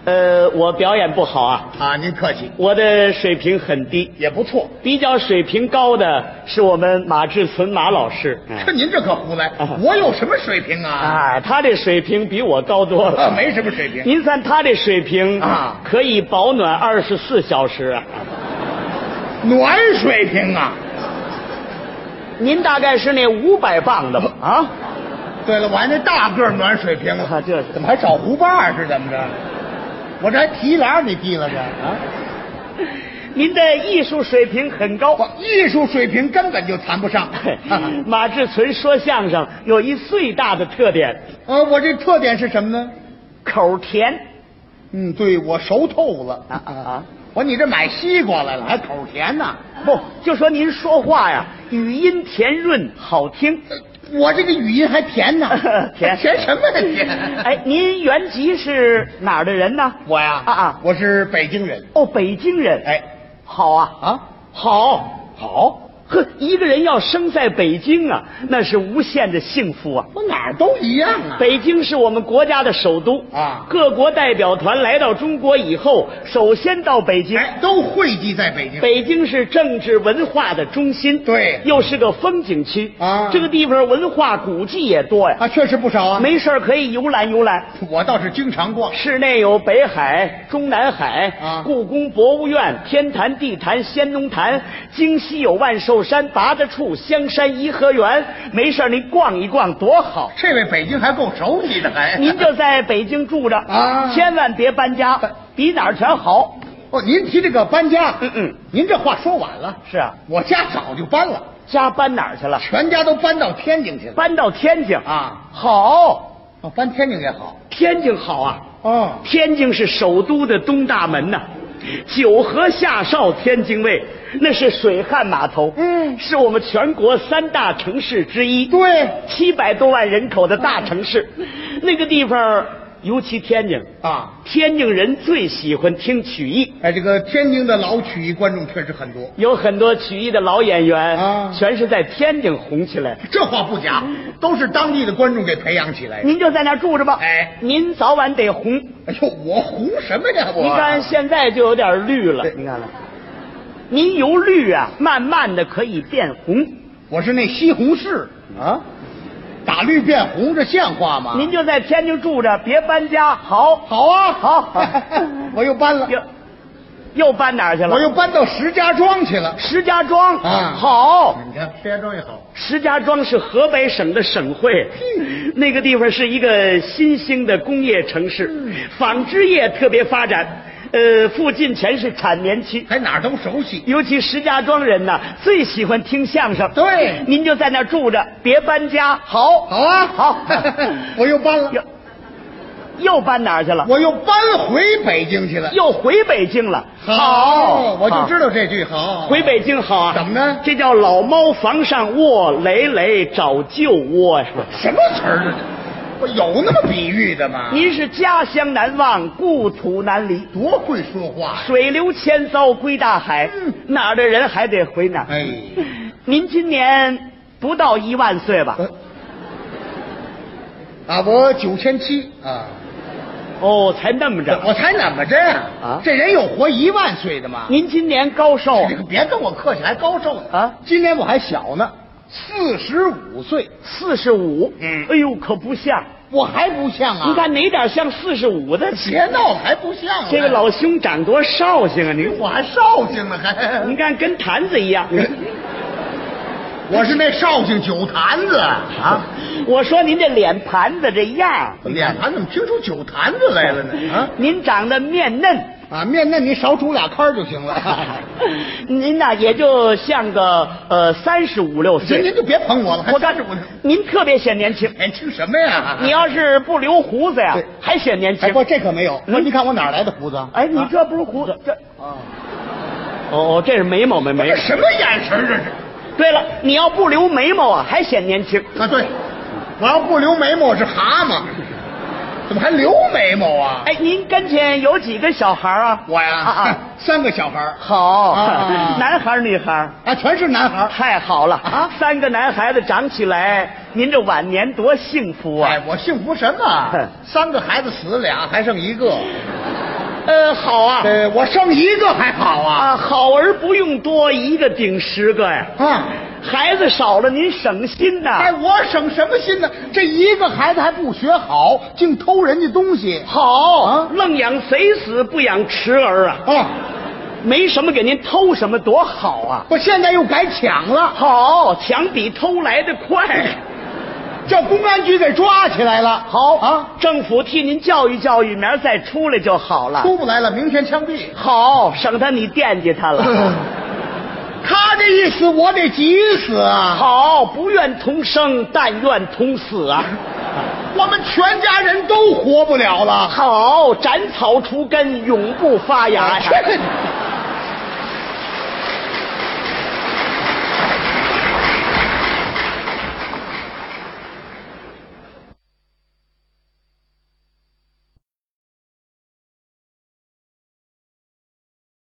我表演不好啊。 啊，您客气， 我的水平很低， 也不错。 比较水平高的是我们马志存马老师。 您这可胡来，我有什么水平啊？ 啊，他这水平比我高多了。 没什么水平。 您算他这水平啊， 可以保暖24小时啊。 暖水平啊！ 您大概是那500磅的吧？啊？ 对了，我还那大个暖水平啊，这怎么还找胡把是怎么着？我这还提篮你提了这啊？ 您的艺术水平很高， 艺术水平根本就谈不上。 马志存说相声有一最大的特点， 我这特点是什么呢？ 口甜。 对，我熟透了啊！我你这买西瓜来了，还口甜呢？ 不，就说您说话呀，语音甜润好听。 我这个语音还甜呢，甜什么呀甜？ 哎，您原籍是哪儿的人呢？ 我呀，我是北京人。 哦，北京人。 哎， 好啊，好。呵，一个人要生在北京啊，那是无限的幸福啊！ 我哪儿都一样啊。 北京是我们国家的首都啊， 各国代表团来到中国以后，首先到北京， 都汇集在北京。 北京是政治文化的中心， 对， 又是个风景区啊。 这个地方文化古迹也多呀， 确实不少啊。 没事可以游览游览。 我倒是经常逛。 室内有北海、中南海啊， 故宫博物院、天坛、地坛、仙农坛，京西有万寿山、八大处、香山颐和园。没事您逛一逛多好。 这位北京还够熟悉的，还您就在北京住着啊， 千万别搬家，比哪儿全好。 您提这个搬家，您这话说晚了。 是啊， 我家早就搬了。 家搬哪儿去了？ 全家都搬到天津去了。 搬到天津啊？ 好。 搬天津也好。 天津好啊。 哦， 天津是首都的东大门呐，九河下哨天津卫，那是水旱码头，是我们全国3大城市之一。 对 ，700多万人口的大城市，那个地方。尤其天津啊， 天津人最喜欢听曲艺。 这个天津的老曲艺观众确实很多， 有很多曲艺的老演员啊， 全是在天津红起来。 这话不假，都是当地的观众给培养起来的。 您就在那住着吧，您早晚得红。 哎呦，我红什么呀？我你看现在就有点绿了，你看了，您由绿啊，慢慢的可以变红。 我是那西红柿啊。打绿变红，这像话吗？ 您就在天津住着，别搬家。好啊， 好。 我又搬了， 又搬哪儿去了？ 我又搬到石家庄去了。 石家庄啊， 好。 你看石家庄也好。 石家庄是河北省的省会，那个地方是一个新兴的工业城市，纺织业特别发展。附近全是产棉区， 还哪儿都熟悉。 尤其石家庄人呢，最喜欢听相声。 对， 您就在那儿住着，别搬家。好啊，好。我又搬了， 又搬哪儿去了？ 我又搬回北京去了。 又回北京了。 好，我就知道这句好。 回北京好啊？ 怎么呢？ 这叫老猫房上卧，累累找旧窝呀。 什么词儿？有那么比喻的吗？ 您是家乡难忘，故土难离， 多会说话！ 水流千遭归大海，哪儿的人还得回哪儿。 哎， 您今年不到1万岁吧？ 我9700啊。 哦，才那么着？ 我才那么着啊？这人有活1万岁的吗？ 您今年高寿？ 别跟我客气，还高寿呢啊？ 今年我还小呢。45岁 ，45。哎呦，可不像， 我还不像啊！ 你看哪点像45的？ 别闹，还不像。 这个老兄长多绍兴啊！你我还绍兴呢，还你看跟坛子一样。 我是那绍兴酒坛子啊！ 我说您这脸盘子这样， 脸盘怎么听出酒坛子来了呢？啊， 您长得面嫩。 啊，面嫩你少煮2坑就行了。 您呐也就像个35、6岁。 您就别捧我了， 我告诉您特别显年轻。 年轻什么呀？ 你要是不留胡子呀，还显年轻。 不，这可没有。你看我哪来的胡子？ 哎，你这不是胡子，这哦，这是眉毛没？ 什么眼神这是？ 对了，你要不留眉毛啊，还显年轻啊。对，我要不留眉毛我是蛤蟆。怎么还留眉毛啊？ 哎，您跟前有几个小孩啊？ 我呀，3个小孩。 好，男孩女孩啊，全是男孩。 太好了啊！3个男孩子长起来，您这晚年多幸福啊！ 哎，我幸福什么？3个孩子死了2，还剩1个。 好啊。 我生一个还好啊。 好而不用多，一个顶10个呀。孩子少了您省心呐。 我省什么心呢？这一个孩子还不学好，净偷人家东西。 好，愣养贼死，不养迟儿啊。没什么给您偷什么，多好啊！ 我现在又改抢了。 好，抢比偷来的快。 叫公安局给抓起来了。 好啊，政府替您教育教育，明儿再出来就好了。 出不来了，明天枪毙。 好，省得你惦记他了。 他这一死，我得急死啊！ 好，不愿同生，但愿同死啊！ 我们全家人都活不了了。 好，斩草除根，永不发芽呀！